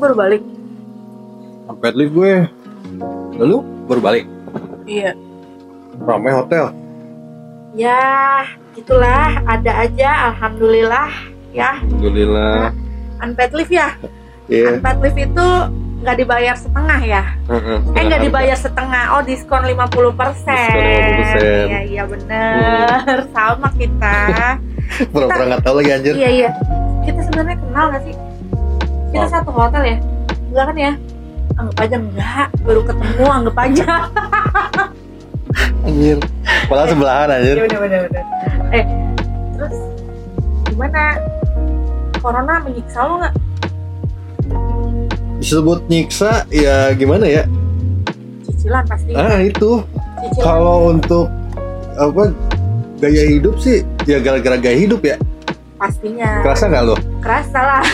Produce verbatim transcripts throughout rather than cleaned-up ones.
baru balik. Pet leave gue. Lalu baru balik. Iya. Ramai hotel. Ya, gitulah, ada aja, alhamdulillah ya. Alhamdulillah. Nah, unpaid leave ya. Iya. Unpaid leave itu nggak dibayar setengah ya? Uh-uh, eh nggak dibayar setengah, oh diskon lima puluh persen. Diskon lima puluh persen. Iya iya bener, hmm. Sama kita. Pura-pura nggak tahu lagi anjir. Iya iya. Kita sebenarnya kenal nggak sih? Kita oh. satu hotel ya? Enggak kan ya? Anggap aja enggak, baru ketemu anggap aja. Anjir, padahal sebelahan anjir. Iya bener-bener. Eh, terus gimana? Corona menyiksa lo nggak? Disebut nyiksa ya gimana ya? Cicilan pasti. Ah itu. Cicilan. Kalau untuk apa gaya hidup sih ya gara-gara gaya hidup ya. Pastinya. Kerasa nggak lo? Kerasa lah.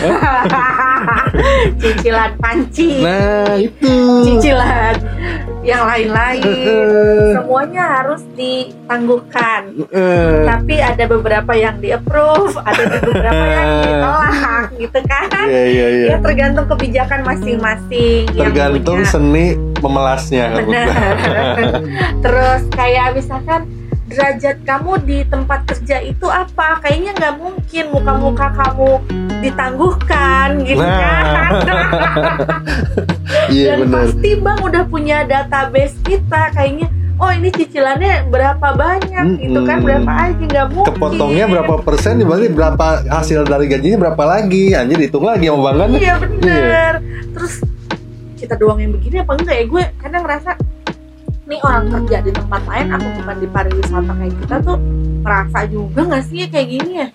Cicilan panci. Nah itu. Cicilan yang lain-lain. Semuanya harus ditangguhkan. Uh. Tapi ada beberapa yang di-approve, ada beberapa yang ditolak, gitu kan? Iya iya iya. Ya tergantung kebijakan masing-masing. Tergantung yang punya seni memelasnya. Benar. Terus kayak misalkan derajat kamu di tempat kerja itu apa? Kayaknya nggak mungkin muka-muka kamu ditangguhkan gitu nah. Kan? Iya, Dan bener. Pasti bang udah punya database kita kayaknya. Oh ini cicilannya berapa banyak mm-hmm. gitu kan? Berapa aja nggak mungkin. Kepotongnya berapa persen dibanding berapa hasil dari gajinya berapa lagi? Anjir hitung lagi sama bang kan? Iya bener. Iya. Terus kita doang yang begini apa enggak ya? Gue kadang ngerasa nih orang kerja di tempat lain, aku bukan di pariwisata kayak kita tuh merasa juga nggak sih kayak gini ya?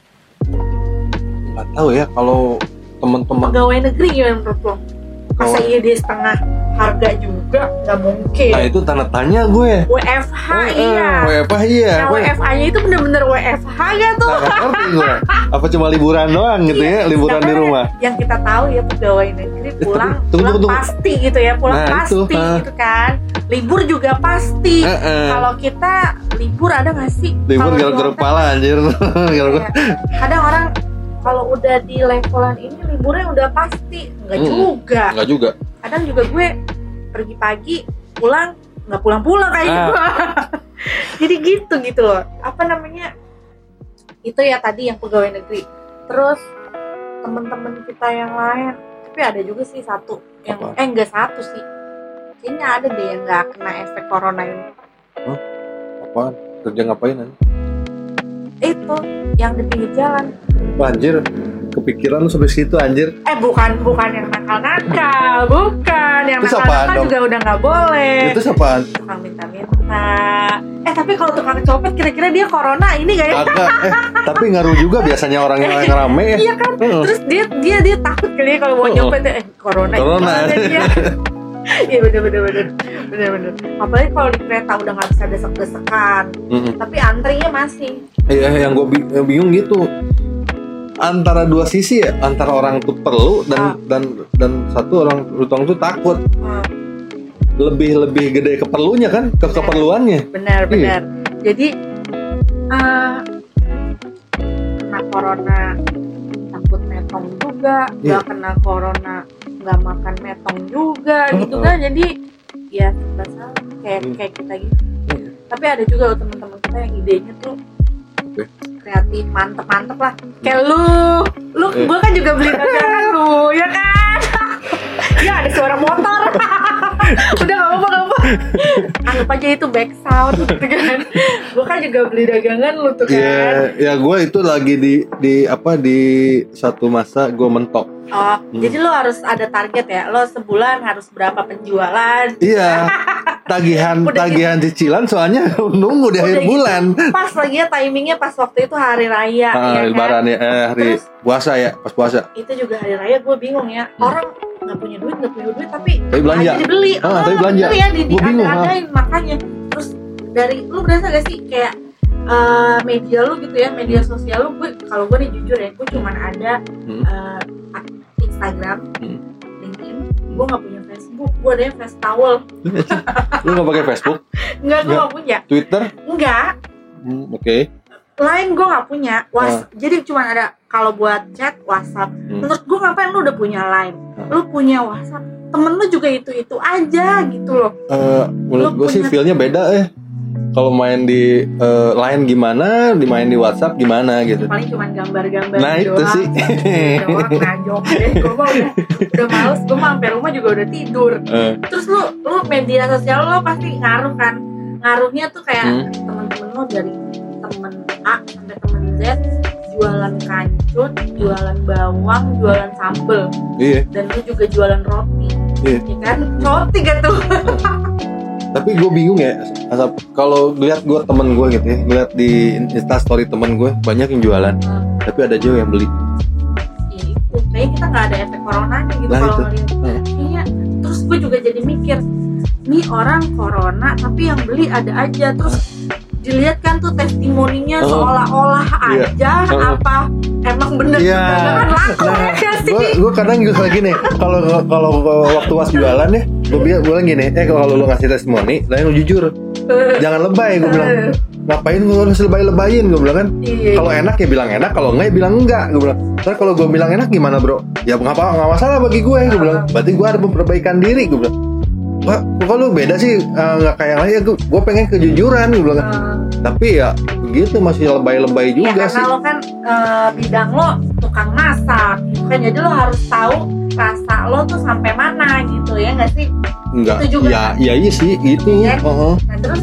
Nggak tahu ya kalau teman-teman pegawai negeri gimana menurut lo? Masa iya dia setengah harga juga? Nggak mungkin. Nah itu tanda tanya gue. W F H oh, iya. W F H iya. Nah W F H-nya itu bener-bener W F H gak tuh? Nggak ngerti gue. Apa cuma liburan doang gitu iya, ya? Liburan di rumah. Yang kita tahu ya pegawai negeri pulang, tunggu, pulang tunggu, tunggu. pasti gitu ya, pulang nah, pasti itu, gitu kan. Libur juga pasti. Uh, uh. Kalau kita libur ada nggak sih? Libur garuk-garuk kepala anjir. Ya, kadang orang kalau udah di levelan ini liburnya udah pasti. Nggak hmm, juga. Nggak juga. Kadang juga gue pergi pagi pulang nggak pulang-pulang kayak ah. gue. Jadi gitu gitu loh. Apa namanya? Itu ya tadi yang pegawai negeri. Terus teman-teman kita yang lain. Tapi ada juga sih satu yang apa? eh enggak satu sih. Kayaknya ada deh yang nggak kena efek corona ini. Hah? Apaan? Kerja ngapain aja? Itu yang di pinggir jalan. Anjir, kepikiran lu sampai situ anjir. Eh bukan bukan yang nakal-nakal, bukan yang itu nakal-nakal juga udah nggak boleh. Itu siapaan? Tukang minta-minta. Eh tapi kalau tukang copet kira-kira dia corona ini gak ya? Agak. Eh tapi ngaruh juga biasanya orang yang rame ya. Iya kan. Uh. Terus dia dia dia takut kali ya kalau mau uh. nyopet eh corona. Corona. Iya bener-bener bener-bener. Apalagi kalau di kereta udah nggak bisa desek-desekan, mm-hmm. tapi antrinya masih. Iya, yang gue bingung gitu antara dua sisi ya, antara orang tuh perlu dan ah. dan dan satu orang orang tuh takut. Ah. Lebih lebih gede keperlunya kan, ke bener. Keperluannya. Benar-benar. Iya. Jadi uh, kena corona takut metong juga, nggak yeah. kena corona nggak makan metong juga uh, gitu kan, uh. jadi ya serba salah kayak hmm. kayak kita gitu. Hmm. Tapi ada juga loh teman-teman kita yang idenya tuh okay. kreatif, mantep-mantep lah. Kayak lu, lu eh. gue kan juga beli dagangan lu, ya kan? Ya ada suara motor. Udah nggak apa-apa, nggak apa. Anggap aja itu back sound, gitu kan? Gue kan juga beli dagangan lu tuh kan? Ya, ya gue itu lagi di di apa di satu masa gue mentok. Oh, hmm. jadi lo harus ada target ya? Lo sebulan harus berapa penjualan? Iya, tagihan tagihan gitu. Cicilan soalnya nunggu di akhir gitu. Bulan. Pas lagi ya timingnya pas waktu itu hari raya. Ah, ya lebaran kan? ya, eh, hari Terus, puasa ya, pas puasa. Itu juga hari raya, gue bingung ya. Hmm. Orang nggak punya duit, nggak punya duit tapi, tapi belanja. aja dibeli. Ah, oh, tapi belanja. Ya, di, gue bingung. Ada-adain ah. makanya. Terus dari lu berasa gak sih kayak uh, media lu gitu ya, media sosial lu, gue kalau gue nih jujur ya, gue cuman ada hmm. uh, Instagram, hmm. LinkedIn, gue nggak punya Facebook, gue ada yang Face Towel. Lu nggak pakai Facebook? Nggak, gue nggak punya. Twitter? Nggak. Hmm, Oke. Okay. Line gue nggak punya. Was, ah. jadi cuma ada kalau buat chat WhatsApp. Hmm. Menurut gue ngapain lu udah punya Line, hmm. lu punya WhatsApp, temen lu juga itu-itu aja gitu loh. Uh, menurut gue sih feel-nya beda eh. Kalau main di uh, Line gimana, dimain di WhatsApp gimana gitu. Paling cuma gambar-gambar nah, doang. Nah itu sih. Doang ngajok deh. Gue mah udah, udah males, gue mah sampai rumah juga udah tidur. Uh. Terus lu, lu media sosial lo pasti ngaruh kan. Ngaruhnya tuh kayak hmm. temen-temen lo dari temen A sampai temen Z jualan kancut, jualan bawang, jualan sambel. Iya. Dan lu juga jualan roti. Iya. Ya kan? Roti kan tuh. Tapi gue bingung ya, asap kalau lihat gue temen gue gitu ya, lihat di Instastory temen gue banyak yang jualan, hmm. tapi ada juga yang beli. Iya itu, kayaknya kita nggak ada efek coronanya gitu nah, kalau ngeliat. Hmm. Iya, terus gue juga jadi mikir, nih orang corona tapi yang beli ada aja, terus dilihat kan tuh testimoninya oh. seolah-olah yeah. aja oh. apa emang bener yeah. beneran laku nah, ya sih. Gue gue kadang juga gini, kalau kalau waktu was jualan ya, gue bilang gini, eh kalau lu ngasih testimoni, lain lu jujur, jangan lebay, gue bilang. Ngapain gue harus lebay-lebayin, gue bilang kan. Iya. Kalau enak ya bilang enak, kalau enggak ya bilang enggak, gue bilang. Terus kalau gue bilang enak gimana bro? Ya nggak apa nggak masalah bagi gue, gue bilang. Berarti gue ada memperbaikan diri, gue bilang. Wah, kok lu beda sih, nggak uh, kayak lain ya, gue, gue pengen kejujuran, gue bilang. Uh. Tapi ya begitu masih lebay-lebay juga ya, sih. Ya karena lo kan uh, bidang lo tukang masak, gitu kan, jadi lo harus tahu rasa lo tuh sampai mana gitu ya nggak sih? Enggak. Itu juga. Ya, ya iya sih itu. Ya? Uh-huh. Nah terus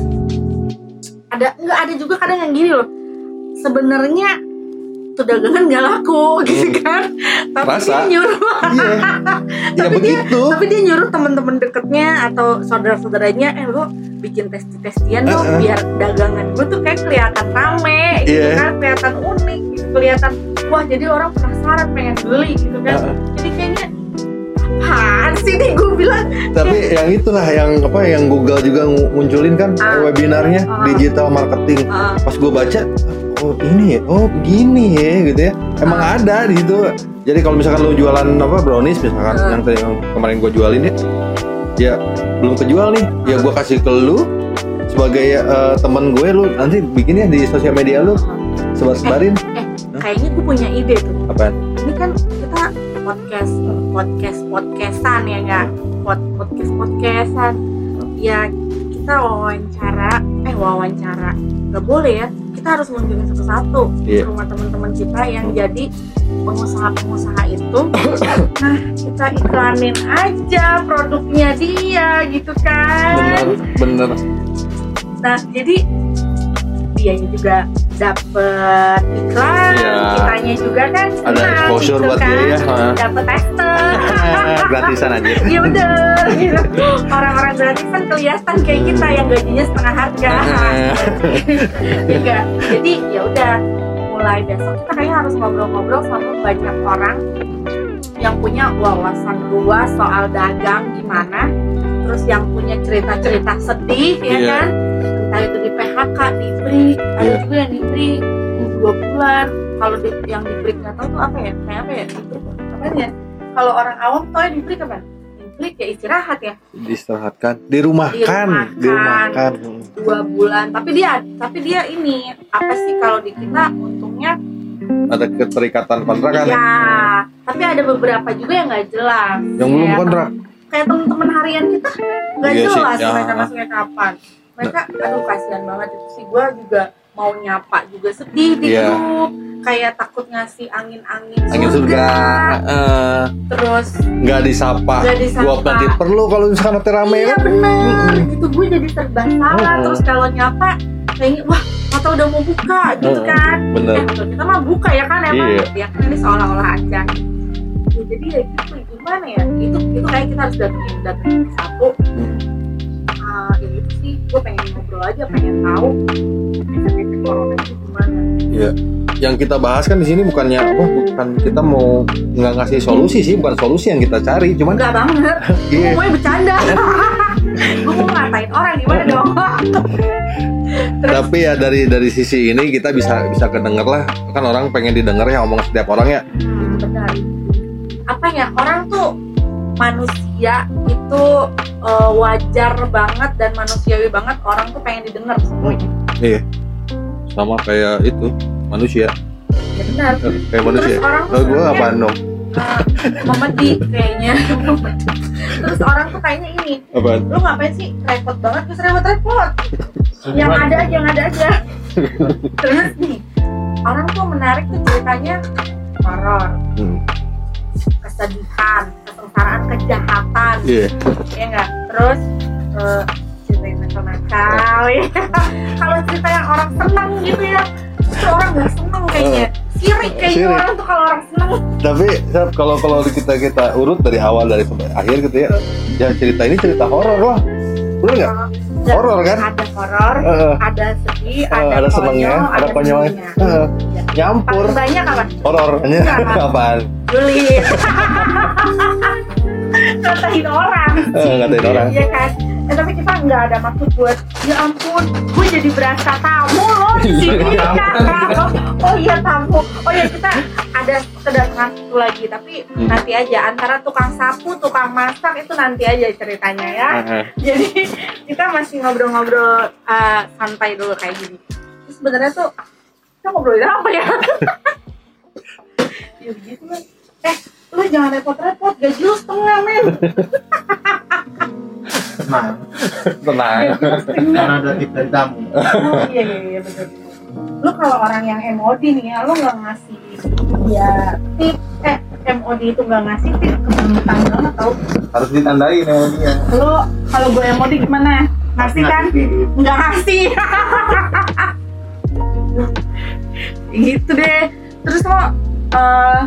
ada nggak ada juga kadang yang gini loh. Sebenarnya tuh dagangan nggak laku gitu kan, tapi rasa. dia nyuruh. Iya. Ya tapi begitu. Dia, tapi dia nyuruh teman-teman dekatnya atau saudara-saudaranya, eh lo bikin testi-testian dong uh-uh. biar dagangan gue tuh kayak kelihatan rame, gitu yeah. kan, kelihatan unik, gitu, kelihatan wah jadi orang penasaran pengen beli gitu kan. Uh-uh. Jadi kayaknya apaan sih nih gue bilang. Tapi yang itulah yang apa yang Google juga munculin kan uh, webinarnya uh, digital marketing. Uh, Pas gue baca, oh ini ya, oh begini ya gitu ya. Emang uh, ada di situ. Jadi kalau misalkan lo jualan apa brownies misalkan uh, yang, yang kemarin gue jualin ya, ya belum kejual nih, ya gue kasih ke lu sebagai uh, teman gue, lu nanti bikinnya di sosial media lu, sebar-sebarin. Eh, eh huh? Kayaknya gue punya ide tuh. Apaan? Ini kan kita podcast, podcast, podcastan ya nggak? Pod, podcast, podcastan. Ya kita wawancara, eh wawancara, nggak boleh ya. Kita harus mengunjungi satu-satu yeah. rumah teman-teman kita yang jadi pengusaha-pengusaha itu. Nah kita iklanin aja produknya dia gitu kan. Bener, bener. Nah jadi dianya juga dapet iklan, yeah. kitanya juga kan senang, ada exposure gitu buat kan? Dia ya. Dapet tester. Gratisan aja. Iya bener gitu. Orang-orang gratisan kelihatan kayak kita yang gajinya setengah harga. Enggak. Jadi ya udah mulai besok kita kayaknya harus ngobrol-ngobrol sama banyak orang yang punya wawasan luas soal dagang gimana, terus yang punya cerita-cerita sedih ya yeah. kan, entah itu di P H K, di break, yeah. ada juga yang di break dua bulan. Kalau yang di break nggak tahu tuh apa ya, kayak apa ya, di break apa ya? Kalau orang awam tau ya di break apa? Di break ya istirahat ya. Diistirahatkan, dirumahkan, dirumahkan. Dua bulan. Tapi dia, tapi dia ini apa sih kalau di kita untungnya ada keterikatan kontrak kan? Ya, tapi ada beberapa juga yang nggak jelas. Yang belum kontrak. Kayak teman-teman harian kita nggak iya jelas sih, ya. mereka masuknya kapan. Mereka, aduh kasihan banget itu sih. Gue juga mau nyapa juga sedih di yeah. grup. Kayak takut ngasih angin-angin angin surga, uh, terus nggak disapa. disapa. Gua nanti perlu kalau misalkan nanti rame iya, kan? Bener, mm-hmm. gitu gue jadi serba salah. Mm-hmm. Terus kalau nyapa, kayaknya wah atau udah mau buka gitu mm-hmm. kan? Bener. Eh, atau kita mah buka ya kan emang? Iya. Ya kan ini seolah-olah aja. Ya, jadi ya gitu gimana ya? Itu itu kayak kita harus datengin datengin satu. Mm. Uh, ya itu sih, gue pengen ngobrol aja, pengen tahu efek-efek corona itu gimana. Iya. Yang kita bahas kan di sini bukannya apa, bukan kita mau nggak ngasih solusi sih, bukan solusi yang kita cari, cuman nggak banget. Gue mau bercanda. Gue mau ngatain orang gimana dong. Tapi ya dari dari sisi ini kita bisa bisa kedenger lah, kan orang pengen didengar ya omong setiap orang ya. Hmm, benar. Apa ya, orang tuh manusia itu uh, wajar banget dan manusiawi banget orang tuh pengen didengar semuanya. Iya. Sama kayak itu manusia. ya benar. Kayak manusia. Terus orang tuh Oh, gue apaan dong? uh, memedi kayaknya. Terus orang tuh kayaknya ini. Apaan? Lu ngapain sih repot banget? Terus repot-repot. Yang ada aja, yang ada aja. Terus nih, orang tuh menarik tuh ceritanya horor, hmm. kesedihan, kesengsaraan, kejahatan, yeah. ya nggak? Terus uh, cerita yang nakal-nakal, ya. Kalau cerita yang orang senang gitu ya, itu orang nggak senang kayaknya. Sirik kayaknya Sirik. Orang tuh kalau orang senang. Tapi kalau kalau kita kita urut dari awal dari sampai akhir gitu ya, ya cerita ini cerita horor lah, bener nggak? Horor kan? Ada horor, uh, ada sedih, uh, ada, ada senengnya, ada konyolnya. Uh, ya. Nyampur. Paling banyak apa? Horornya apaan? Julid. Ngatain orang. Uh, ngatain orang. Iya kan? Eh, tapi kita nggak ada maksud buat, ya ampun, gue jadi berasa tamu loh di sini. Oh iya tamu. Oh iya kita ada kedatangan satu lagi, tapi hmm. nanti aja antara tukang sapu, tukang masak itu nanti aja ceritanya ya. Uh-huh. Jadi kita masih ngobrol-ngobrol uh, santai dulu kayak gini. Terus sebenarnya tuh kita ngobrolin apa ya? Ya begitu lah. Eh, lu jangan repot-repot, gaji lu setengah men. Tenang, tenang. Karena ada tip dari tamu. Oh iya iya iya betul. Lu kalau orang yang M O D nih ya, lu nggak ngasih ya tip, eh M O D itu nggak ngasih tip, kebangetan banget tau. Harus ditandain M O D-nya. Lu kalau gue M O D gimana? Ngasih kan? Nggak ngasih. Gitu deh. Terus lo uh,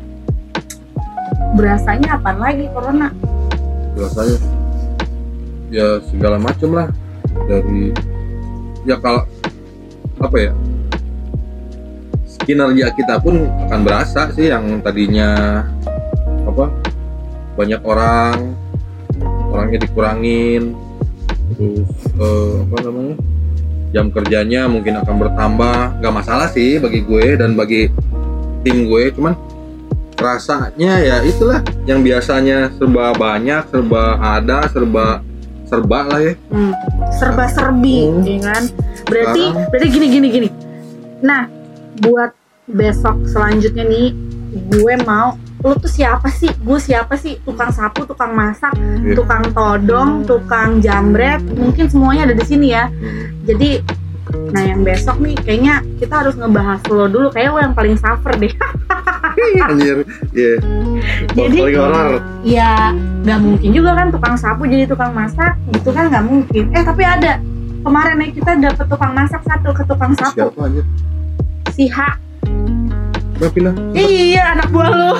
berasanya apaan lagi corona? Berasanya ya segala macam lah, dari ya kalau apa ya, kinerja kita pun akan berasa sih, yang tadinya apa banyak orang orangnya dikurangin, terus eh, apa namanya jam kerjanya mungkin akan bertambah. Nggak masalah sih bagi gue dan bagi tim gue, cuman rasanya ya itulah yang biasanya serba banyak, serba ada, serba serba lah ya, hmm, serba serbi, hmm. ya kan? Berarti, Sekarang. berarti gini gini gini. Nah, buat besok selanjutnya nih, gue mau, lu tuh siapa sih? Gue siapa sih? Tukang sapu, tukang masak, yeah. tukang todong, tukang jambret, mungkin semuanya ada di sini ya. Hmm. Jadi, nah yang besok nih, kayaknya kita harus ngebahas lo dulu. Kayaknya lo yang paling suffer deh. Anjir, iya. Jadi, ya nggak mungkin juga kan tukang sapu jadi tukang masak, gitu kan nggak mungkin. Eh tapi ada kemarin nih kita dapet tukang masak satu ke tukang sapu. Siapa aja? Si H. Udah pindah. Iya anak buah lu.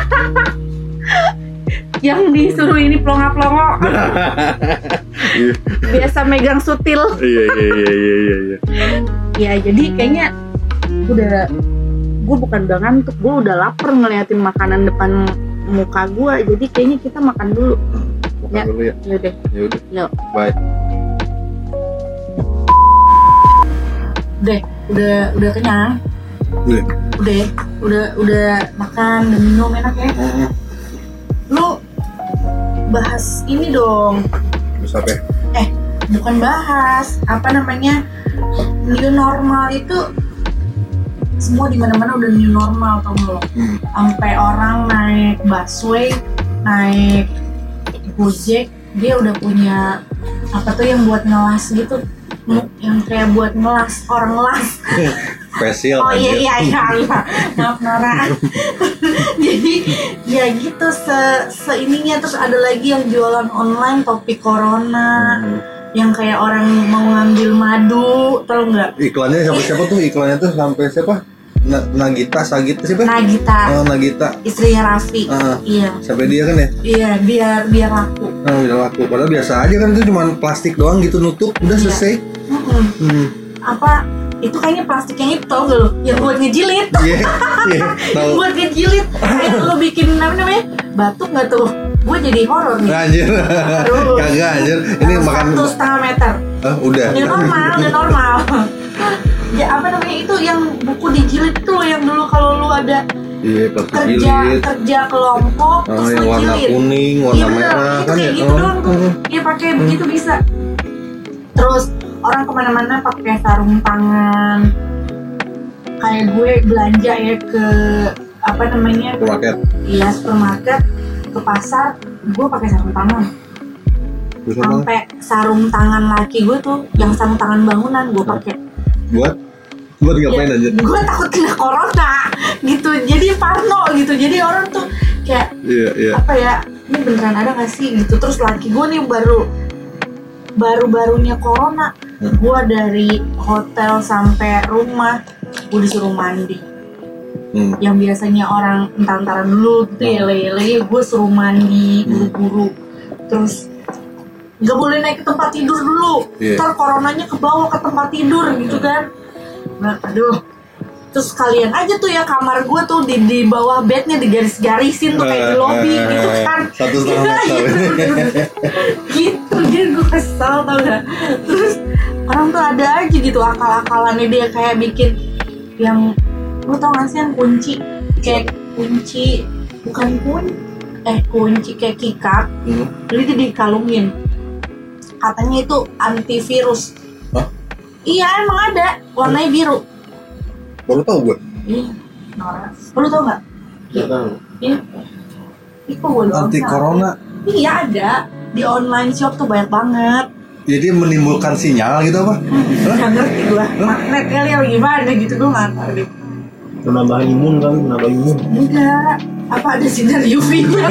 Yang disuruh ini plonga-plongo. Biasa megang sutil. Iya iya iya iya iya. Ya jadi kayaknya udah, gue bukan udah ngantuk, gue udah lapar ngeliatin makanan depan muka gue, jadi kayaknya kita makan dulu. Makan ya. dulu ya. Yaudah. Yaudah. Yuk. Bye. Udah, udah, udah kenyang. Udah. Udah, udah, udah makan dan minum enak ya. Mm-hmm. Lu bahas ini dong. Bahas apa? Eh, bukan bahas, apa namanya, new normal itu. Semua di mana-mana udah new normal, tau nggak lo? Hmm. Sampai orang naik busway, naik Gojek, dia udah punya apa tuh yang buat ngelas gitu, hmm. yang kayak buat ngelas, orang ngelas. Spesial. Oh iya iya iya, iya. Maaf Nora. Jadi ya gitu se seininya. Terus ada lagi yang jualan online topik corona. Hmm. Yang kayak orang mau ngambil madu, tau nggak? Iklannya siapa siapa tuh? Iklannya tuh sampai siapa? Na- Nagita, Sagita siapa? Nagita. Oh, Nagita. Istrinya Raffi. Uh, iya. Sampai dia kan ya? Iya, biar biar laku. Oh, biar laku. Padahal biasa aja kan, itu cuma plastik doang gitu nutup, udah iya. selesai. Mm-hmm. Hmm. Apa? Itu kayaknya plastik yang itu tau gak lo? Yang buat ngejilid. Iya. Yeah, yeah, buat ngejilid. Kayak lo bikin apa namanya? Batuk nggak tuh? Gue jadi horor nih. Anjir. Kagak anjir. Ini uh, makan satu setengah meter. Uh, udah. Udah normal, udah normal. Ya apa namanya itu yang buku dijilid tuh yang dulu kalau lu ada iya, kerja jilid. kerja kelompok oh, terus yang warna jilid. Kuning, warna iya, merah itu kan kayak ya. gitu Oh. doang tuh. Dia pakai hmm. begitu bisa. Terus orang kemana-mana pakai sarung tangan. kayak gue belanja ya ke apa namanya? Supermarket. Iya, supermarket, ke pasar, gue pakai sarung tangan. Sampai sarung tangan laki gue tuh, yang sarung tangan bangunan gue pakai. Buat? Buat ngapain ya, aja? Gue takut kena corona, gitu. Jadi parno gitu. Jadi orang tuh kayak yeah, yeah. apa ya? Ini beneran ada nggak sih? Gitu. Terus laki gue nih baru baru-barunya corona. Hmm. Gue dari hotel sampai rumah, gue disuruh mandi. Hmm. Yang biasanya orang entar-entaran dulu gitu ya, lele-lele, gue suruh mandi buru-buru. Terus nggak boleh naik ke tempat tidur dulu, yeah. Ntar coronanya kebawa ke tempat tidur gitu kan. Nah, aduh. Terus kalian aja tuh ya kamar gue tuh di di bawah bednya digaris-garisin tuh kayak di lobby gitu kan. Satu setengah meter. Gitu, jadi gue kesel tau gak. Terus orang tuh ada aja gitu akal-akalannya dia kayak bikin yang, lu tau gak sih yang kunci kayak kunci bukan kunci eh kunci kayak keycard, hmm. Jadi dikalungin. Katanya itu antivirus. Hah? Iya emang ada, warnanya biru. Baru tau gue. Iya, norak. Baru tau nggak? Nggak tahu. Iya. Itu gue doang. Anti corona. Iya ada di online shop tuh banyak banget. Jadi menimbulkan sinyal gitu apa? Nggak ngerti gue. Magnet kali atau gimana gitu gue nggak tahu deh. Menambah imun kali, menambah imun. Enggak. Apa ada sinar U V-nya?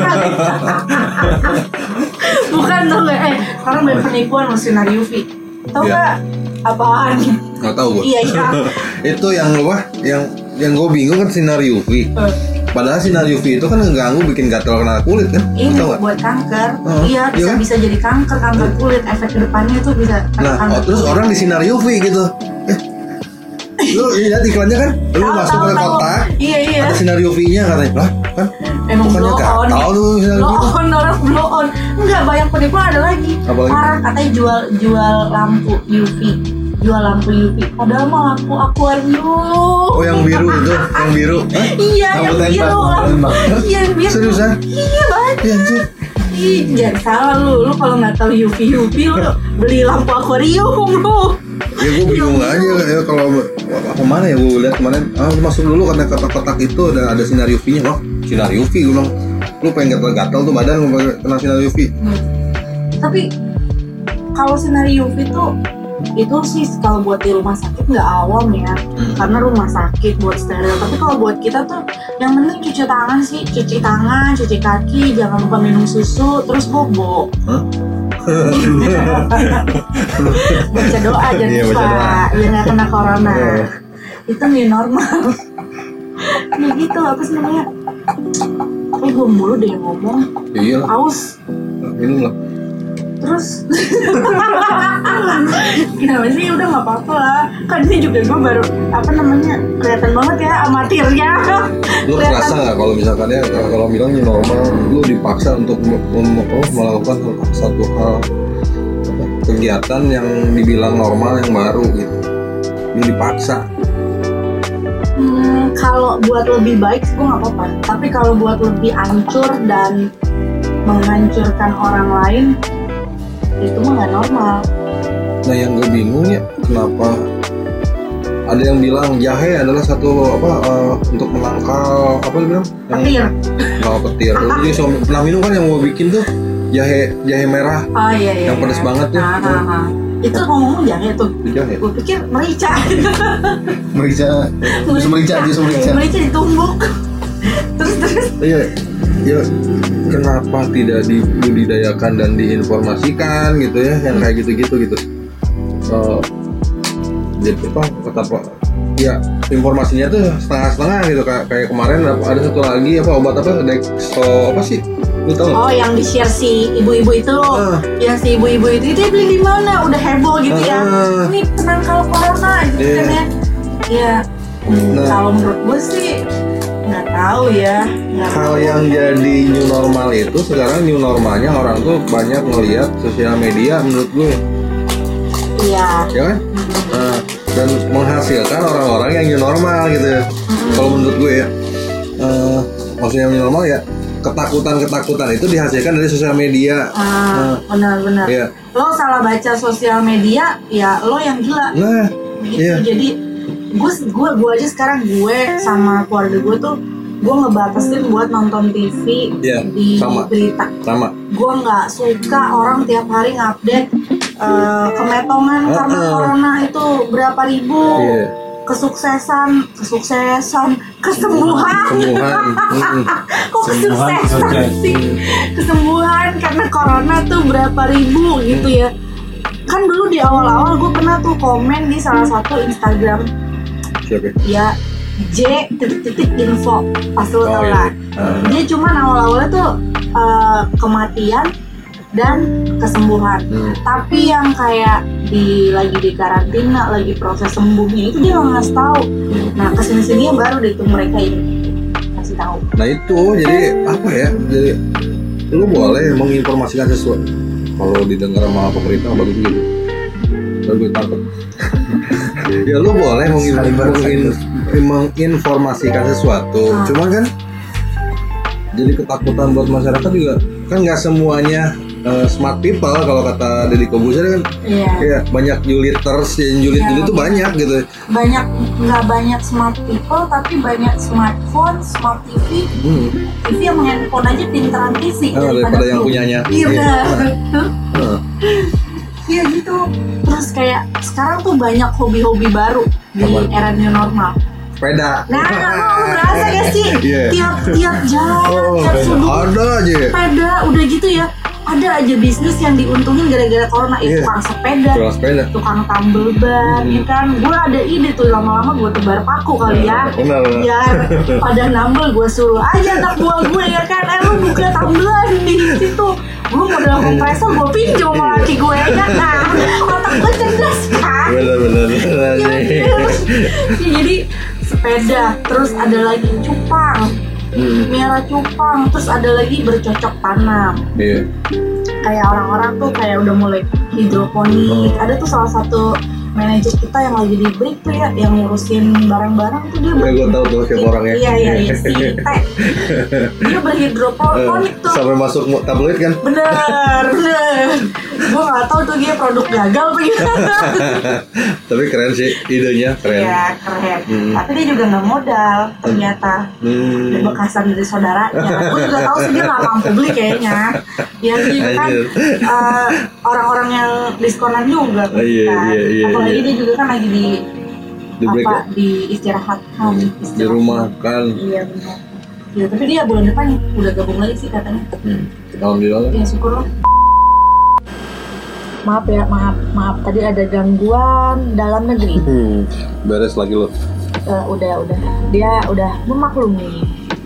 Bukan tuh nggak. Eh, sekarang banyak penipuan loh sinar U V. Tahu nggak? Apaan? Nggak tahu gue. Iya iya. Itu yang apa? Yang yang gue bingung kan sinar U V. Uh. Padahal sinar U V itu kan ngeganggu bikin gatal kena kulit kan? Iya buat kanker. Uh, iya bisa iya kan? Bisa jadi kanker kanker kulit. Efek kedepannya itu bisa. Nah oh, terus kulit. Orang di sinar U V gitu. Eh, lu lihat iklannya kan? Lu tau, masuk ke kotak. Iya iya. Ada sinar U V-nya katanya. Lah kan? Emang blow on. Tahu tuh sinar U V. Blow on orang blow on. Enggak banyak penipuan ada lagi. Orang katanya jual jual lampu U V. Jual lampu U V, padahal mah lampu akuarium. Oh yang biru itu, yang biru? Hah? Iya yang biru, iya yang biru. Seriusan? Iya banget. Iya anjir. Ih jangan salah lu, lu kalau nggak tahu U V U V lu beli lampu akuarium lu. Ya gue bingung aja ya kalau apa mana ya gue lihat kemarin, ah masuk dulu karena kotak-kotak itu dan ada sinar U V-nya, loh sinar U V gue bilang, lu pengen gatal-gatal tuh badan kena sinar U V. Hmm. Tapi kalau sinar U V tuh itu sih kalau buat di rumah sakit nggak awam ya, hmm. Karena rumah sakit buat steril. Tapi kalau buat kita tuh yang penting cuci tangan sih, cuci tangan, cuci kaki, jangan lupa minum susu, terus bobo. Huh? Baca doa jangan iya, lupa biar nggak kena corona. Yeah. Itu new normal. Ya gitu apa sih namanya? Eh gue mulu deh yang ngomong. Iya. Aus. Minum lah. Terus kenapa sih udah nggak apa-apa lah kan ini juga gue baru apa namanya kelihatan banget ya amatirnya. Lu kerasa nggak kalau misalkan ya kalau bilang new normal lu dipaksa untuk mem- melakukan satu hal apa, kegiatan yang dibilang normal yang baru gitu, lu dipaksa. Hmm, kalau buat lebih baik sih gue nggak apa-apa, tapi kalau buat lebih hancur dan menghancurkan orang lain itu mah nggak normal. Nah yang gue bingung ya kenapa ada yang bilang jahe adalah satu apa uh, untuk menangkal apa dia bilang? Petir. Nggak petir. Jadi so, pernah minum kan yang mau bikin tuh jahe jahe merah. Oh iya iya. Yang pedas iya. banget tuh. Ah, ah, ah. Itu ngomong jahe tuh. Jahe. Gue pikir merica. Merica. Jus merica, jus merica. Merica ditumbuk. Terus terus. Iya. Ya kenapa tidak dibudidayakan dan diinformasikan gitu ya yang kayak gitu-gitu gitu. Uh, jadi apa kata Pak ya informasinya tuh setengah-setengah gitu kayak kayak kemarin ada satu lagi apa obat apa Dexo apa sih lu tahu? Oh yang di share si ibu-ibu itu uh. yang si ibu-ibu itu dia beli di mana udah heboh gitu uh. ya ini penangkal corona gitu yeah. Kan ya ya nah. Kalau menurut gue sih nggak tahu ya nggak hal tahu. Yang jadi new normal itu sekarang new normalnya orang tuh banyak ngelihat sosial media menurut gue iya ya kan mm-hmm. Nah, dan menghasilkan orang-orang yang new normal gitu ya mm-hmm. Kalau menurut gue ya uh, maksudnya new normal ya ketakutan-ketakutan itu dihasilkan dari sosial media. Ah, uh, benar-benar ya. Lo salah baca sosial media ya lo yang gila nah gitu iya. Jadi gue gue gue aja sekarang gue sama keluarga gue tuh gue ngebatasin buat nonton T V yeah, di sama, berita. Sama. Gue nggak suka orang tiap hari ngupdate uh, kemetongan uh, karena uh. corona itu berapa ribu, yeah. kesuksesan, kesuksesan, kesembuhan. Kesembuhan. Kok kesuksesan sih? Kesembuhan karena corona tuh berapa ribu gitu ya. Kan dulu di awal-awal gue pernah tuh komen di salah satu Instagram. Siapa? Ya. J titik-titik info pasti lo tau lah. Uh. Dia cuma awal-awalnya tuh uh, kematian dan kesembuhan. Hmm. Tapi yang kayak di lagi di karantina, lagi proses sembuhnya itu dia nggak ngasih tahu. Nah kesini-sini baru deh tuh mereka ini kasih tahu. Nah itu jadi apa ya? Jadi lu boleh menginformasikan sesuatu. Kalau didengar sama pemerintah bagus gitu. Baru gue takut. Ya lu boleh menginformasikan menginformasikan sesuatu, hmm. cuman kan jadi ketakutan buat masyarakat juga kan nggak semuanya uh, smart people kalau kata Deddy Kobuzer kan, yeah. ya banyak juliters yang julit-julit itu yeah, banyak gitu. Banyak nggak banyak smart people tapi banyak smartphone, smart T V, hmm. T V yang handphone aja pinteran T V ah, daripada yang punyanya. Iya benar. Iya gitu. Terus kayak sekarang tuh banyak hobi-hobi baru di Apa? Era new normal. Sepeda. Nah, lu berasa gak sih? Yeah. Tiap-tiap jalan, oh, tiap subuh ada aja. Sepeda, udah gitu ya. Ada aja bisnis yang diuntungin gara-gara corona. Yeah. Tukang sepeda, tukang sepeda, tukang tambel ban, hmm. ya kan. Gue ada ide tuh lama-lama gue tebar paku kali ya. Benar. Biar pada nambel gue suruh aja anak buah gue ya kan. Eh lu buka tambelan di situ. Gue modal kompresor gue pinjam sama laki gue ya kan. Otak gue cerdas kan. Benar-benar. Ya, jadi sepeda, terus ada lagi cupang, hmm. merah cupang, terus ada lagi bercocok tanam. Iya. Kayak orang-orang tuh kayak udah mulai hidroponik. Ada tuh salah satu manajer kita yang lagi di break tuh ya, yang ngurusin barang-barang tuh dia. Ya gue tahu tuh siapa orangnya. Iya iya iya si Teh. Dia berhidroponik tuh. Sampai masuk tabloid kan? Bener bener. Gue nggak tahu tuh dia produk gagal begitu. Tapi keren sih idenya, keren. Iya keren. Hmm. Tapi dia juga nggak modal ternyata. Hmm. Dia bekasan dari saudaranya. Gue juga tahu sih dia nggak mampu beli kayaknya. Ya juga kan uh, orang-orang yang diskonan juga kan. Iya, iya, iya, apalagi iya. dia juga kan lagi di, di apa ya? di istirahatkan istirahat. Di rumah kan. Iya benar. Ya, tapi dia bulan depan udah gabung lagi sih katanya. Hmm. Alhamdulillah. Ya syukurlah. Maaf ya, maaf, maaf. Tadi ada gangguan dalam negeri. Hmm. Beres lagi lo. Uh, udah, udah. Dia udah memaklumi.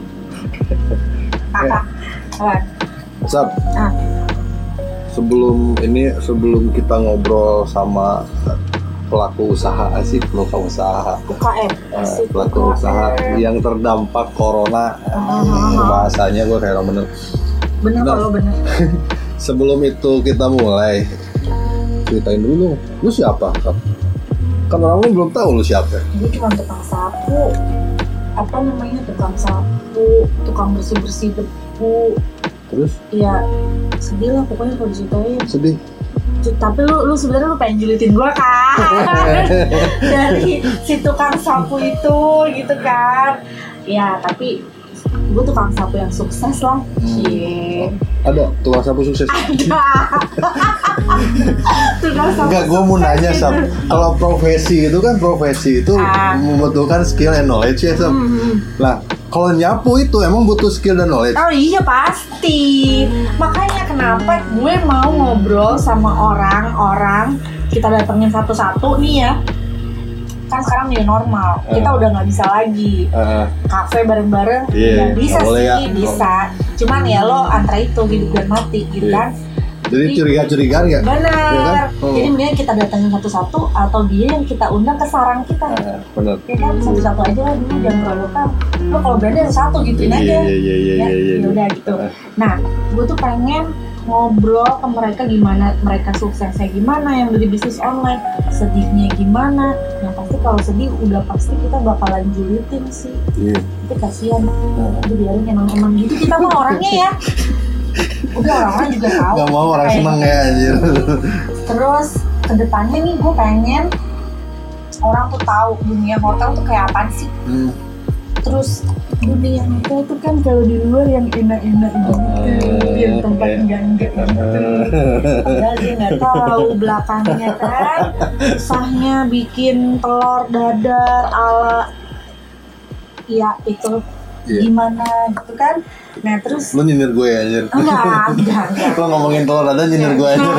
Kakak. Apa? Sab. Ah. Sebelum ini, sebelum kita ngobrol sama pelaku usaha asik, pelaku usaha U K M, uh, pelaku U K M. Usaha yang terdampak corona, uh-huh. bahasanya gue kayak bener. Bener nah, kalau bener. Sebelum itu kita mulai, ceritain dulu, lu siapa? Kan orang lu belum tahu lu siapa. Dia cuma tukang sapu, apa namanya tukang sapu, tukang bersih bersih debu. Terus? Iya, sedih lah pokoknya kalau diceritain. Sedih. Tapi lu lu sebenarnya lu pengen julitin gue kan dari si tukang sapu itu gitu kan. Ya tapi gue tukang sapu yang sukses lah. Cie. Hmm. Ada tukang sapu sukses? Ada. Tukang sapu. Enggak, gue mau nanya Sam. Kalau profesi itu kan profesi itu ah. membutuhkan skill and knowledge ya Sam. Hmm. Lah kalau nyapu itu emang butuh skill dan knowledge? Oh iya pasti. Makanya kenapa gue mau ngobrol sama orang-orang, kita datengin satu-satu nih ya. Kan sekarang new normal, uh. kita udah nggak bisa lagi uh. kafe bareng-bareng. Yeah, ya bisa sih, ya. bisa. Cuman ya lo antara itu hidup dan mati gitu yeah. kan. Jadi curiga-curigaan nggak? Bener. Ya kan? Oh. Jadi mendingan kita datengin satu-satu atau dia yang kita undang ke sarang kita. Uh, bener. Ya kan satu-satu aja lah dulu, jangan terlalu kan. Lo kalau berani satu gituin yeah, aja. Iya iya iya iya. Ya udah gitu. Nah, gue tuh pengen ngobrol ke mereka gimana mereka suksesnya gimana, yang dari bisnis online sedihnya gimana. Yang pasti kalau sedih udah pasti kita bakalan julitin sih. Iya. Itu kasihan. Udah biarin emang-emang gitu kita mah orangnya ya. Udah orang-orang juga tahu. Gak mau orang seneng ya anjir. Terus kedepannya nih gue pengen orang tuh tahu dunia hotel tuh kayak apaan sih. Hmm. Terus dunia hotel tuh kan kalau di luar yang enak-enak gitu, Uh, yang tempat kayak- enggak-enggak gitu. Padahal dia nggak tahu belakangnya kan susahnya bikin telur dadar ala ya itu Iya. gimana gitu kan. Nah terus Lu nyindir gue ya anjir. enggak enggak enggak Lu ngomongin telur ada nyindir gue anjir.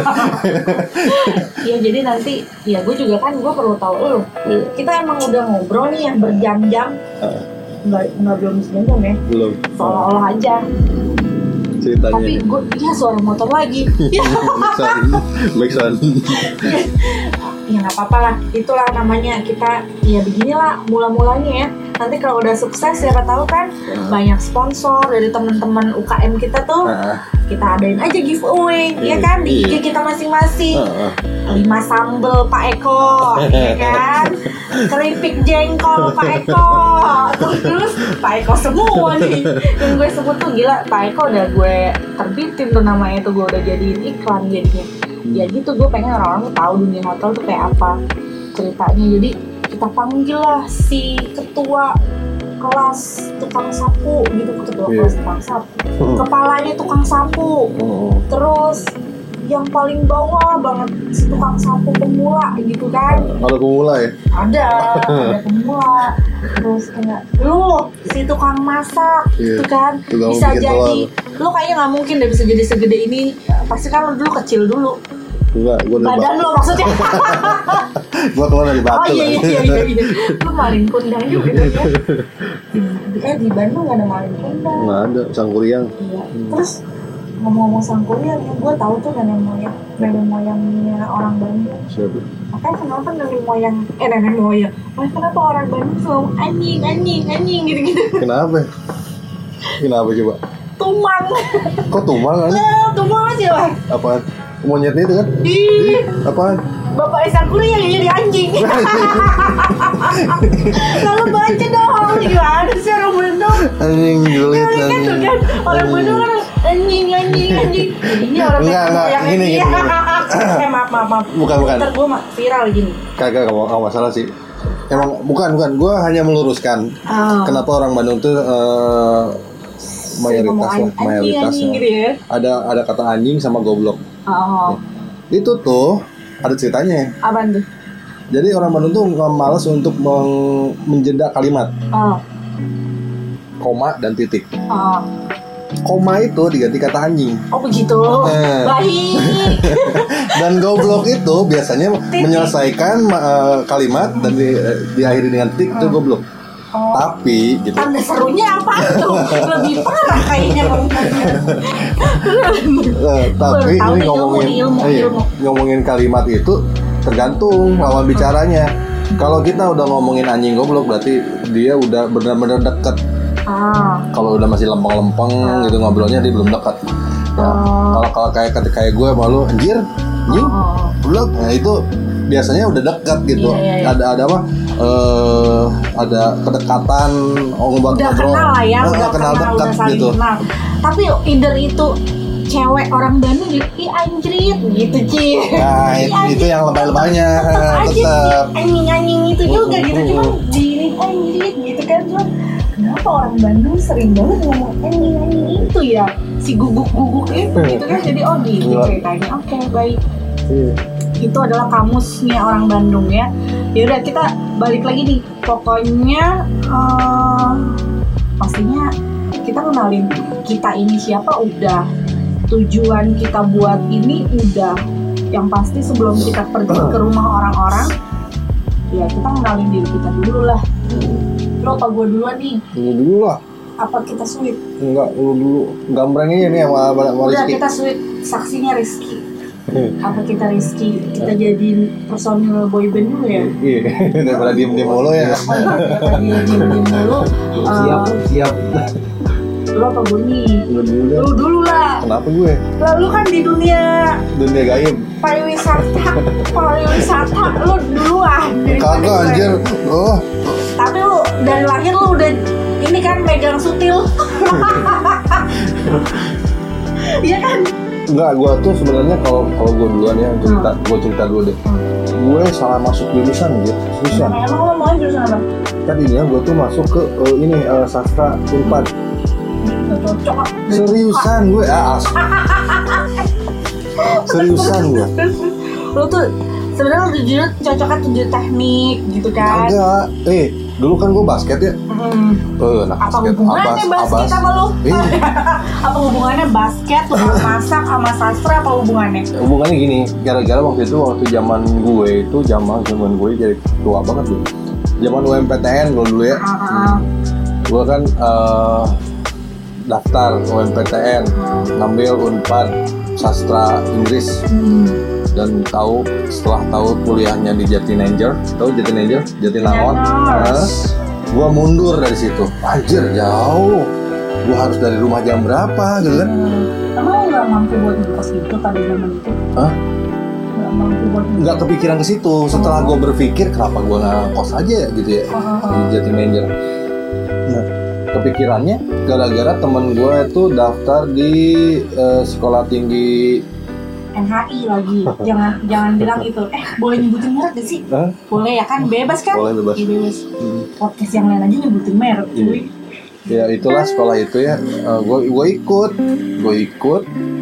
ya jadi nanti ya gue juga kan gue perlu tahu lu. Iya. Kita emang udah ngobrol nih yang berjam-jam. Uh, Nggak nggak belum sejam ya. belum. Seolah-olah aja. Ceritanya. Tapi gue ya suara motor lagi. Ya. Make sense. Ya nggak apa-apa lah, itulah namanya kita ya beginilah mula-mulanya ya. Nanti kalau udah sukses siapa tahu kan banyak sponsor dari teman-teman U K M kita tuh, Heeh. kita adain aja giveaway ya Iya, kan di I G iya. kita masing-masing. Heeh. Lima sambel Pak Eko ya kan, keripik jengkol Pak Eko, terus Pak Eko semua nih yang gue sebut tuh gila. Pak Eko udah gue terbitin tuh namanya tuh, gue udah jadiin iklan jadinya. Ya gitu, gue pengen orang-orang tuh tahu dunia hotel tuh kayak apa ceritanya. Jadi kita panggil lah si ketua kelas tukang sapu gitu, ketua Iya. kelas tukang sapu, kepalanya tukang sapu, Oh. terus yang paling bawah banget si tukang sapu pemula gitu kan. Kalau gue mulai, Ada, ada pemula. Terus kayak lu si tukang masak Iya, gitu kan, tukang bisa bikin jadi telur. lu kayaknya nggak mungkin deh bisa jadi segede ini. Pasti kan lu dulu kecil dulu enggak, gue udah badan lu maksudnya. gue keluar dari batu. Oh iya iya iya iya, iya. Lu maling kundang juga kan ya. Di, eh di Bandung nggak ada maling kundang. Nggak ada, sangkuriang. Iya. Terus ngomong-ngomong sangkuriang, yang gue tahu tuh nenek moyang nenek moyangnya orang Bandung. Siapa? Makanya kenapa nenek moyang eh nenek moyang, makanya kenapa orang Bandung selalu anjing anjing anjing gitu-gitu. Kenapa? Kenapa coba? Tumang. Kok tumang kan? Lah, tumang siapa? Apaan? Monyetnya itu kan? Ih, Apaan? bapak sangkuriang yang jadi anjing. Kalau baca dong, gimana sih orang Bandung? Anjing julid Kan tuh anjing. kan orang Bandung kan anjing anjing anjing. Ini orang Enggak, enggak. yang Gini, gini, gini. Eh maaf maaf maaf. Bukan, bukan. Ntar gue viral gini. Kagak, nggak masalah sih. Emang bukan, bukan. Gue hanya meluruskan. Oh. Kenapa orang Bandung tuh eh, mayoritas Ngomong lah, anjing, mayoritas anjing lah. gitu ya. Ada ada kata anjing sama goblok. Oh, Itu tuh ada ceritanya. apaan tuh? Jadi orang Bandung tuh nggak malas untuk meng- menjeda kalimat, Oh, koma dan titik. oh, Koma itu diganti kata anjing. oh begitu. Eh. Baik. Dan goblok itu biasanya Titik. menyelesaikan eh, kalimat dan di, eh, diakhiri dengan titik itu goblok. Oh. Tapi gitu. Tanda serunya apa tuh? Lebih parah kayaknya ngomongnya. Eh, tapi Tahu ini nih, ngomongin ilmu, ilmu, eh, ilmu. ngomongin kalimat itu tergantung lawan bicaranya. Kalau kita udah ngomongin anjing goblok berarti dia udah benar-benar dekat. Ah, Kalau udah masih lempeng-lempeng gitu ngobrolnya dia belum dekat. Ya, Oh. kalau kalau kayak kayak gue malu anjir, anjing, oh, goblok. Nah, itu biasanya udah dekat gitu. Iya, iya, iya. Ada ada apa? Eh ada kedekatan ngobrol udah kenal lah ya, Nah, udah kenal kenal, dekat udah saling gitu. kenal. Tapi either itu cewek orang Bandung gitu, ih anjrit gitu Ci. Nah, Ih, itu, anjrit. itu yang lebay-lebaynya Tetep aja tetap. anjing-anjing itu juga gitu, Mm-mm. cuma di anjrit gitu kan. Cuma kenapa orang Bandung sering banget ngomong anjing-anjing itu ya, si guguk-guguk itu gitu kan. Jadi oh gitu Iya. ceritanya. Oke baik, Iya. itu adalah kamusnya orang Bandung ya. Ya udah kita balik lagi nih. Pokoknya eh, pastinya kita kenalin kita ini siapa udah, tujuan kita buat ini udah. Yang pasti sebelum kita pergi ke rumah orang-orang, ya kita kenalin diri kita dulu lah. Lo apa gue duluan nih? Lu dulu lah. Apa kita sweet? Enggak, lu dulu. Gambreng aja nih sama sama sama Udah Rizky. kita sweet, saksinya Rizky. Apa kita Rizky? Kita jadiin personil boyband dulu ya? Iya, daripada diem-diem mulu ya. Oh iya, daripada diem-diem dulu. Siap, Eh, siap. Lu apa gue nih? Lu dulu deh. Lu dulu lah. Kenapa gue? Lalu kan di dunia Dunia gaib. pariwisata, pariwisata lu duluan. Kagak anjir. Oh, Tapi lu dari lahir lu udah ini kan megang sutil. Iya kan? Enggak, gue tuh sebenarnya kalau kalau gue duluan ya cerita, hmm. gue cerita dulu deh. Hmm. Gue salah masuk jurusan gitu, jurusan. Nah, emang lo mau jurusan apa? Tadinya gue tuh masuk ke uh, ini uh, sastra Unpad. Seriusan gue, ah, seriusan gue. Lo tuh sebenarnya jujur cocoknya tuh di teknik gitu kan? Enggak, eh dulu kan gue basket ya. Hmm. Uh, nah, apa basket, hubungannya abas, basket abas. sama lo? Eh. Apa hubungannya basket, tukang masak sama sastra apa hubungannya? Hubungannya gini, gara-gara waktu itu waktu zaman gue itu zaman zaman gue jadi tua banget dulu. Zaman U M P T N dulu ya. Uh-huh. Gue kan uh, daftar U M P T N, uh-huh. ngambil Unpad sastra Inggris. Hmm. Dan tahu setelah tahu kuliahnya di Jatinangor, tahu Jatinangor, Jatinangor, nah, gue mundur dari situ. Anjir jauh, gue harus dari rumah jam berapa gitu kan? Hmm. Emang lo nggak mampu buat ngekos itu pada zaman itu? Hah? Nggak mampu buat ngekos? Nggak kepikiran ke situ. Setelah gue berpikir kenapa gue nggak ngekos aja gitu ya oh. di Jatinangor. Nah, kepikirannya gara-gara temen gue itu daftar di uh, sekolah tinggi N H I lagi, jangan jangan bilang itu. Eh, boleh nyebutin merek gak sih? Hah? Boleh ya kan, bebas kan? Boleh bebas. Ya, bebas. Hmm. Podcast yang lain aja nyebutin merek. Iya. Ya itulah sekolah itu ya. Uh, gue gue ikut, gue ikut.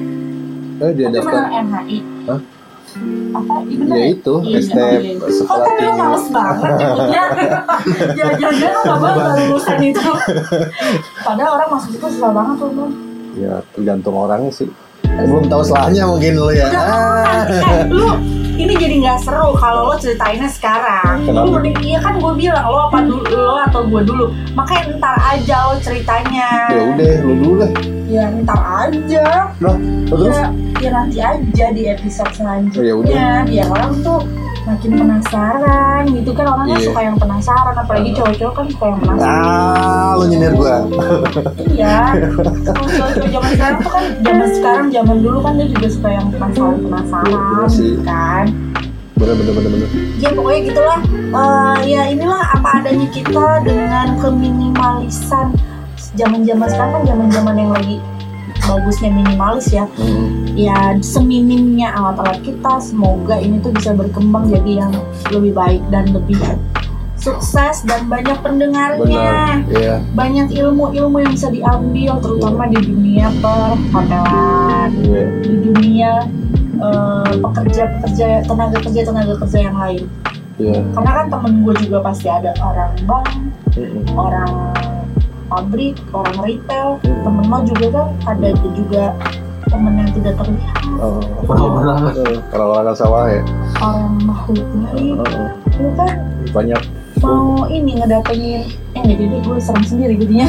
Eh dia tapi daftar. N H I. Hah? Apa? Bener ya itu, S T M sekolah tinggi. Oh, tapi lo males banget nyebutnya. Jangan-jangan lo gak banget lulusan itu. Padahal orang masuk itu susah banget tuh, Bang. Ya tergantung orangnya sih. Belum tahu salahnya mungkin lo ya. Udah, eh, lu ini jadi nggak seru kalau lo ceritainnya sekarang. Lu mending iya kan gue bilang lo apa dulu lo atau gue dulu. Makanya ntar aja lo ceritanya. Ya udah, lo dulu deh. Ya ntar aja. Loh, terus? Ya, ya nanti aja di episode selanjutnya. Oh, ya udah. Biar orang tuh makin penasaran gitu kan, orangnya yeah. suka yang penasaran, apalagi cowok-cowok kan suka yang penasaran. Ah, lo nyindir gua. Iya. Cowok-cowok zaman sekarang tuh kan zaman sekarang zaman dulu kan dia juga suka yang penasaran penasaran gitu kan. Bener bener bener bener. Ya pokoknya gitulah. Uh, ya inilah apa adanya kita dengan keminimalisan zaman-zaman sekarang kan zaman-zaman yang lagi bagusnya minimalis ya. Hmm. Ya seminimnya alat-alat kita, semoga ini tuh bisa berkembang jadi yang lebih baik dan lebih sukses dan banyak pendengarnya. Yeah. Banyak ilmu-ilmu yang bisa diambil terutama yeah. di dunia perhotelan, yeah. di dunia uh, pekerja-pekerja tenaga kerja tenaga kerja yang lain. Yeah. Karena kan temen gue juga pasti ada orang bank, mm-hmm. orang pabrik, orang retail, hmm. temen lo juga kan ada juga temen yang tidak terlihat. Oh, orang-orang sawah ya. Orang makhluk lain, oh. Itu kan banyak. Mau ini ngedatengin, eh nggak jadi gue serem sendiri jadinya.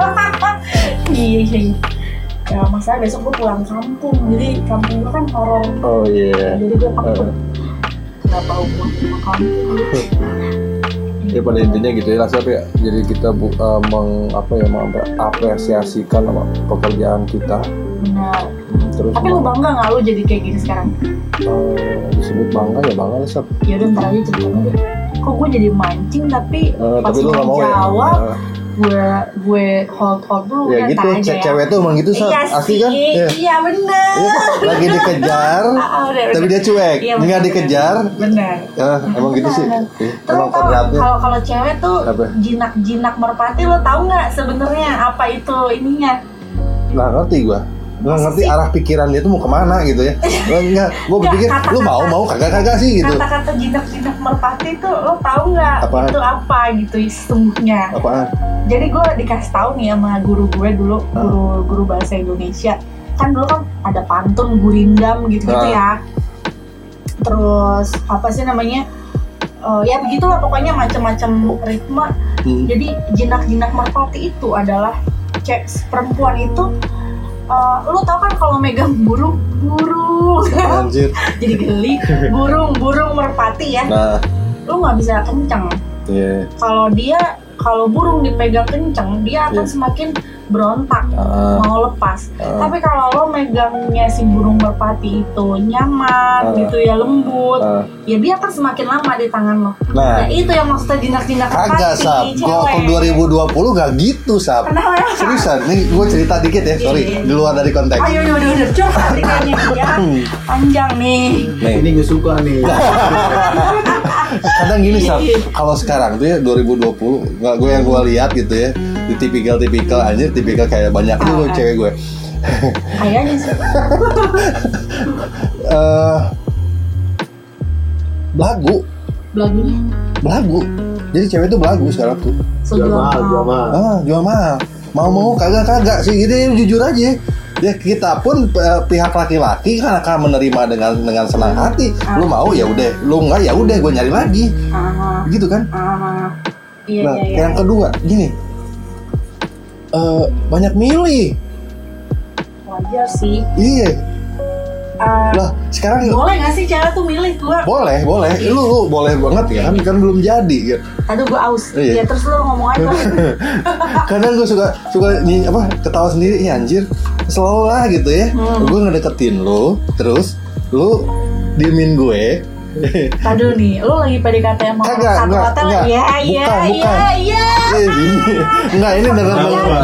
Iya iya. Ya masalah besok gue pulang kampung, jadi kampung gue kan horor. Oh iya. Yeah. Jadi gue takut. Kenapa hubungan sama kampung? Ya pada intinya gitu ya Rasap ya. Jadi kita bu, uh, meng, apa ya, mengapresiasikan pekerjaan kita. Benar. Terus tapi lu bangga nggak lu jadi kayak gini sekarang? Uh, disebut bangga ya bangga Rasap. Ya udah ntar aja ceritain aja. Kok gue jadi mancing tapi uh, pas tapi lu nggak mau jawab ya? Uh. gue gue hold hold dulu ya kan gitu, aja ya. Cewek tuh emang gitu Sab, iya asli kan? Iya, iya bener ya, lagi dikejar, oh, udah, tapi dia cuek, iya, nggak dikejar bener ya, emang gitu sih ya, terus kalau kalau cewek tuh jinak-jinak merpati lo tau nggak sebenarnya apa itu ininya? Nggak ngerti gue nggak ngerti arah pikiran dia tuh mau kemana gitu ya. Enggak, gue berpikir lu mau mau kagak kagak sih gitu. Kata-kata jinak-jinak merpati tuh lo tahu nggak itu apa gitu sesungguhnya? Apaan? Jadi gue dikasih tahu nih sama guru gue dulu, guru guru bahasa Indonesia. Kan dulu kan ada pantun, gurindam gitu-gitu ya. Terus apa sih namanya? Uh, ya begitulah pokoknya macam-macam ritme. Hmm. Jadi jinak-jinak merpati itu adalah cek perempuan itu. Uh, lu tau kan kalau megang burung, burung, anjir. Jadi geli, burung, burung merpati ya. Nah. Lu nggak bisa kenceng. Yeah. Kalau dia, kalau burung dipegang kenceng dia akan yeah. semakin berontak uh, mau lepas. Uh, Tapi kalau lo megangnya si burung merpati itu nyaman uh, gitu ya, lembut, uh, ya dia akan semakin lama di tangan lo. Nah, ya itu yang maksudnya jinak-jinak kagak Sab. Gua ke dua ribu dua puluh gak gitu Sab. Kenapa? Seriusan, nih gue cerita dikit ya, sorry, yeah. di luar dari konteks. Ayo udah udah coba ceritanya ya. Panjang nih. Nah, ini gue suka nih. Kadang gini Sab, kalau sekarang tuh ya dua ribu dua puluh, nggak gue yang gue lihat gitu ya, di tipikal-tipikal aja, tipikal kayak banyak juga ah, cewek gue. Kayaknya sih. uh, Belagu. Belagunya? Belagu. Jadi cewek tuh belagu sekarang tuh. So, jual mahal, jual mahal. Ah, jual mahal. Mau-mau kagak-kagak sih, gitu jujur aja. Ya kita pun uh, pihak laki-laki kan akan menerima dengan dengan senang hati. Uh, lu mau ya udah, lu enggak ya udah gue nyari lagi. Uh, gitu kan? Uh, iya, nah, iya, iya. yang kedua gini, uh, banyak milih. Wajar sih. Iya. Uh, lah sekarang boleh nggak sih cewek tuh milih gua? Boleh, boleh. Lu, lu boleh banget ya kan, kan belum jadi kan. Aduh gua aus. Iya. Ya terus lu ngomong aja. Kadang gua suka suka nih apa ketawa sendiri, ya anjir. Selalu lah gitu ya. Hmm. Gua ngedeketin lu, terus lu diemin gue. Aduh nih, lu lagi P D K T sama satu hotel ya? Iya, iya, iya. Enggak, ini dengar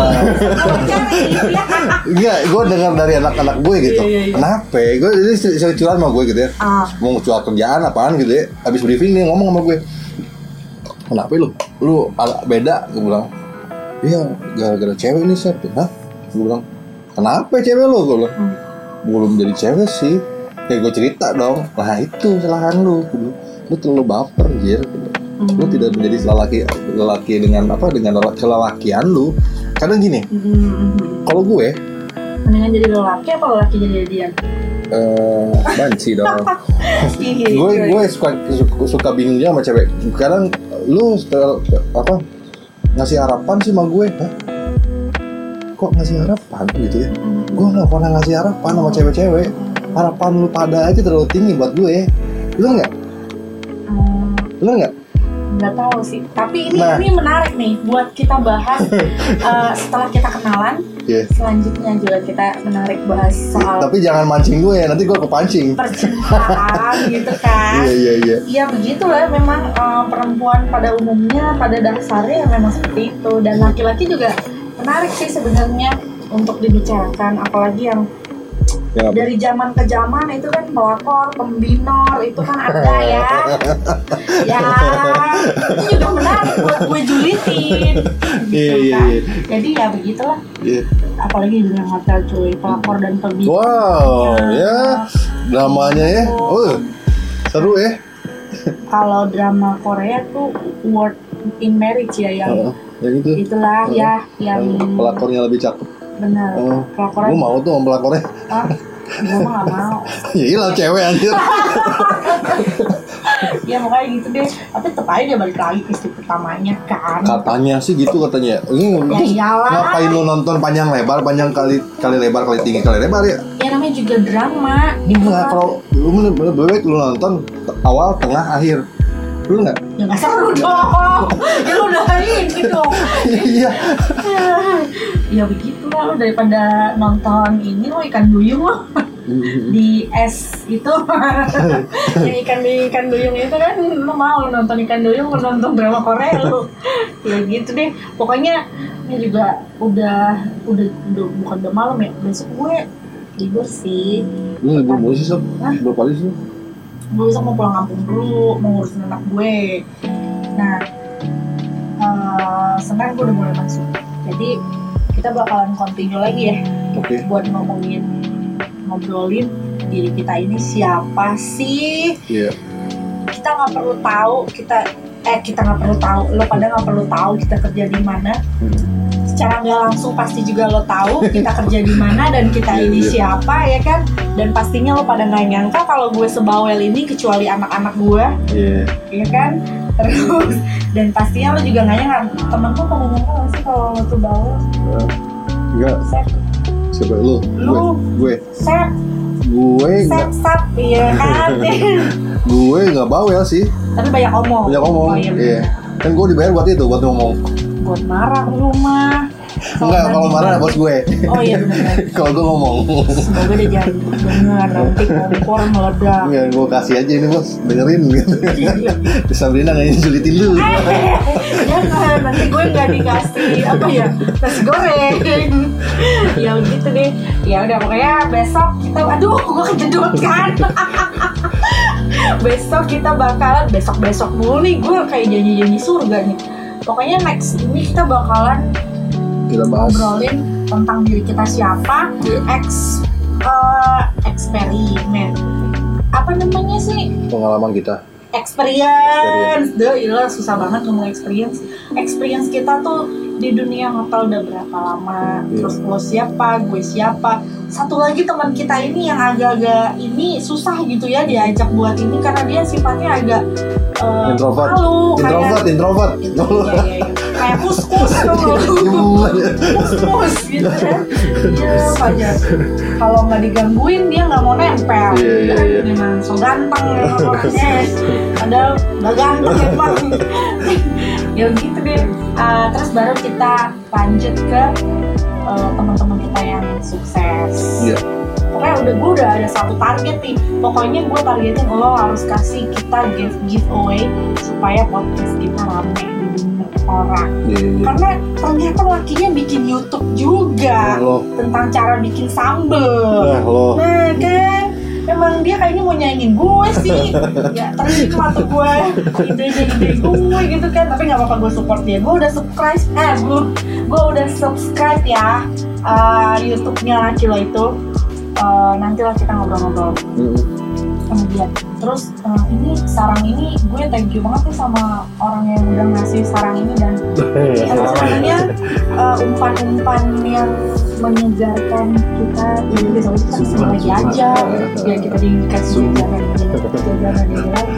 Enggak, gue dengar dari anak-anak gue gitu. Iya, iya, iya. Kenapa? Gue jadi sering curhat sama gue gitu ya. Ah. Mau curhat kerjaan apaan gitu ya. Habis briefing nih ngomong sama gue. Kenapa lu? Lu beda? Gue bilang. Iya, gara-gara cewek ini Sab. Hah? Gue bilang. Kenapa cewek lu? Gue bilang. Hmm. Belum jadi cewek sih. Kayak gue cerita dong. Nah itu kesalahan lu. Gue bilang. Lu terlalu baper, Jir. Hmm. Lu tidak menjadi lelaki lelaki dengan apa? Dengan kelelakian lu. Kadang gini. Hmm. Kalau gue mendingan jadi lelaki apa lelaki jadi jadian? Eh, uh, banci dong. Gue gue suka, suka suka bingung sama cewek. Kadang lu setel, apa ngasih harapan sih sama gue, hah? Kok ngasih harapan gitu ya? Hmm. Gue nggak pernah ngasih harapan sama cewek-cewek. Harapan lu pada aja terlalu tinggi buat gue. Lu nggak? Hmm. Lu nggak? Nggak tahu sih. Tapi ini nah. ini menarik nih buat kita bahas uh, setelah kita kenalan. Yeah. Selanjutnya juga kita menarik bahas soal. Tapi jangan mancing gue ya, nanti gue kepancing. Percintaan gitu kan. Iya iya iya. Iya begitulah memang uh, perempuan pada umumnya pada dasarnya memang seperti itu, dan laki-laki juga menarik sih sebenarnya untuk dibicarakan, apalagi yang ya, dari zaman ke zaman itu kan pelakor, pembinor itu kan ada ya. Ya, itu juga menarik buat gue julitin. Gitu yeah, kan. yeah, yeah. Jadi ya begitulah. Yeah. Apalagi dengan hotel cuy, pelakor dan pembinor. Wow, ya, ya. Dramanya ya. Oh, seru ya. Kalau drama Korea tuh World in Marriage ya yang. Uh, yang itu. Itulah uh, ya yang. Pelakornya lebih cakep. Benar. Uh, pelakornya. Gue mau tuh sama pelakornya. Ah, gue mah gak mau. Ya iyalah cewek anjir. Ya makanya gitu deh. Tapi tetep aja dia balik lagi ke istri pertamanya kan. Katanya sih gitu katanya. Ini ya iyalah. Ngapain lu nonton panjang lebar, panjang kali kali lebar kali tinggi kali lebar ya? Ya namanya juga drama. Enggak, kalau lu lebih lu nonton awal, tengah, akhir. Lu enggak? Ya enggak seru dong. Ya lu udah ini dong. Iya. Ya begitulah, lu daripada nonton ini lo ikan duyung lo. Di es itu. Yang ikan di ikan duyung itu kan lu mau nonton ikan duyung, nonton drama Korea lu. Ya gitu deh. Pokoknya ini juga udah udah, udah bukan udah malam ya. Besok gue libur sih. Lu libur mulu sih, Sob? Berapa hari sih? Gue besok mau pulang kampung dulu, mau ngurusin anak gue. Nah, uh, sekarang gue udah mulai masuk. Jadi kita bakalan continue lagi ya. Okay. Buat ngomongin, ngobrolin diri kita ini siapa sih? Iya. Yeah. Kita nggak perlu tahu kita eh kita nggak perlu tahu, lo pada nggak perlu tahu kita kerja di mana. Hmm. Secara nggak langsung pasti juga lo tahu kita kerja di mana dan kita yeah, ini yeah. siapa ya kan? Dan pastinya lo pada nggak nyangka kalau gue sebawel ini kecuali anak-anak gue, yeah. ya kan? Terus dan pastinya lo juga nggak nyangka, temen lo pada nyangka nggak sih kalau lo tuh bawel? Uh, enggak. Sep. Siapa lo? Lo. Gue. Sep. Gue. Sep sep, iya kan? Gue nggak bawel sih. Tapi banyak omong. Banyak omong. Oh, iya. Yeah. Kan gue dibayar buat itu, buat ngomong. buat marah lu mah. Enggak, kalau marah bos gue. Oh iya benar. Kalau gue ngomong. Semoga dia jangan dengar nanti kompor meledak. Enggak, gue kasih aja ini bos, dengerin gitu. Sabrina nggak julitin lu. Jangan, nanti gue nggak dikasih apa ya nasi goreng. Ya gitu deh. Ya udah pokoknya besok kita, aduh gue kejedot kan. Besok kita bakalan besok besok mulu nih gue kayak janji-janji surga nih. Pokoknya next ini kita bakalan Kita bahas ngobrolin tentang diri kita siapa, yeah. ex uh, eksperimen apa namanya sih, pengalaman kita. experience, deh, ilah susah banget ngomong experience. Experience kita tuh di dunia hotel udah berapa lama, yeah. terus lo siapa, gue siapa. Satu lagi teman kita ini yang agak-agak ini susah gitu ya diajak buat ini karena dia sifatnya agak uh, introvert, malu, introvert, kayak, introvert. Gitu, ya, ya, ya. Kayak kus-kus tuh, kus-kus gitu kan. Iya aja. Kalau nggak digangguin dia nggak mau nempel. Iya iya iya. Memang so ganteng memang orangnya. Padahal nggak ganteng emang. Ya gitu deh. Uh, terus baru kita lanjut ke uh, teman-teman kita yang sukses. Iya. Pokoknya udah gue udah ada satu target nih. Pokoknya gue targetin lo harus kasih kita give giveaway supaya podcast kita rame didengar orang. Iya, iya. Karena ternyata lakinya bikin YouTube juga Nah, tentang cara bikin sambel. Nah, lo. Nah kan, emang dia kayaknya mau nyanyiin gue sih. Ya terima tuh gue ide-ide gue gitu kan. Tapi nggak apa-apa, gue support dia. Gue udah subscribe, eh gue gue udah subscribe ya uh, YouTube-nya laki lo itu. Uh, nantilah kita ngobrol-ngobrol Mm-hmm. sama dia. Terus uh, ini sarang ini gue thank you banget nih sama orang yang udah ngasih sarang ini dan sebenarnya uh, umpan-umpan yang menyegarkan kita. Jadi besok kita kesini lagi aja biar kita dikasih jajanan jajanan ini lagi.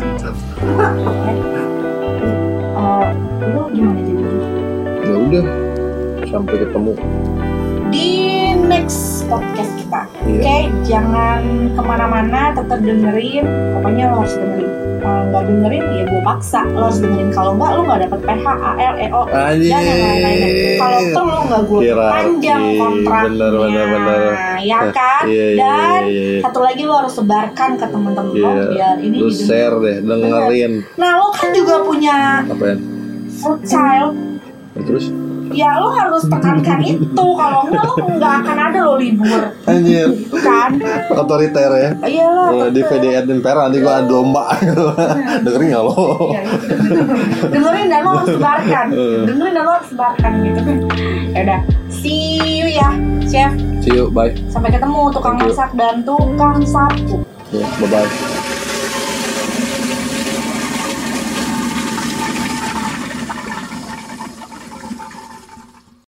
Uh, lu gimana jadinya? Ya udah, sampai ketemu Di next podcast kita. Iya. Oke, okay? Jangan kemana-mana, tetap dengerin. Pokoknya lo harus dengerin. Kalau nggak dengerin, ya gue paksa. Lo harus dengerin. Kalau nggak, lo nggak dapet P H, A L, E O. Anjir. Dan yang lain-lain. Kalau perlu nggak gue panjang kontraknya. Bener, bener, bener. Ya kan? Iya, iya, Dan iya, iya. satu lagi lo harus sebarkan ke teman-teman lo Iya. biar ini Lu didengar. share deh, dengerin. Nah, lo kan juga punya Apaan? fruit child. Nah, terus? Ya lo harus tekankan itu. Kalau enggak lo nggak akan ada lo libur. Anjir. Kan? Otoriter ya. Iyalah. Oh, di V D admin Pera nanti gua adu domba. Dengerin nggak lo? Iya, gitu. Dengerin dan lo harus sebarkan. Dengerin dan lo harus sebarkan gitu. Ya udah, see you ya, chef. See you, bye. Sampai ketemu tukang Thank you. masak dan tukang sapu. Ya, bye bye.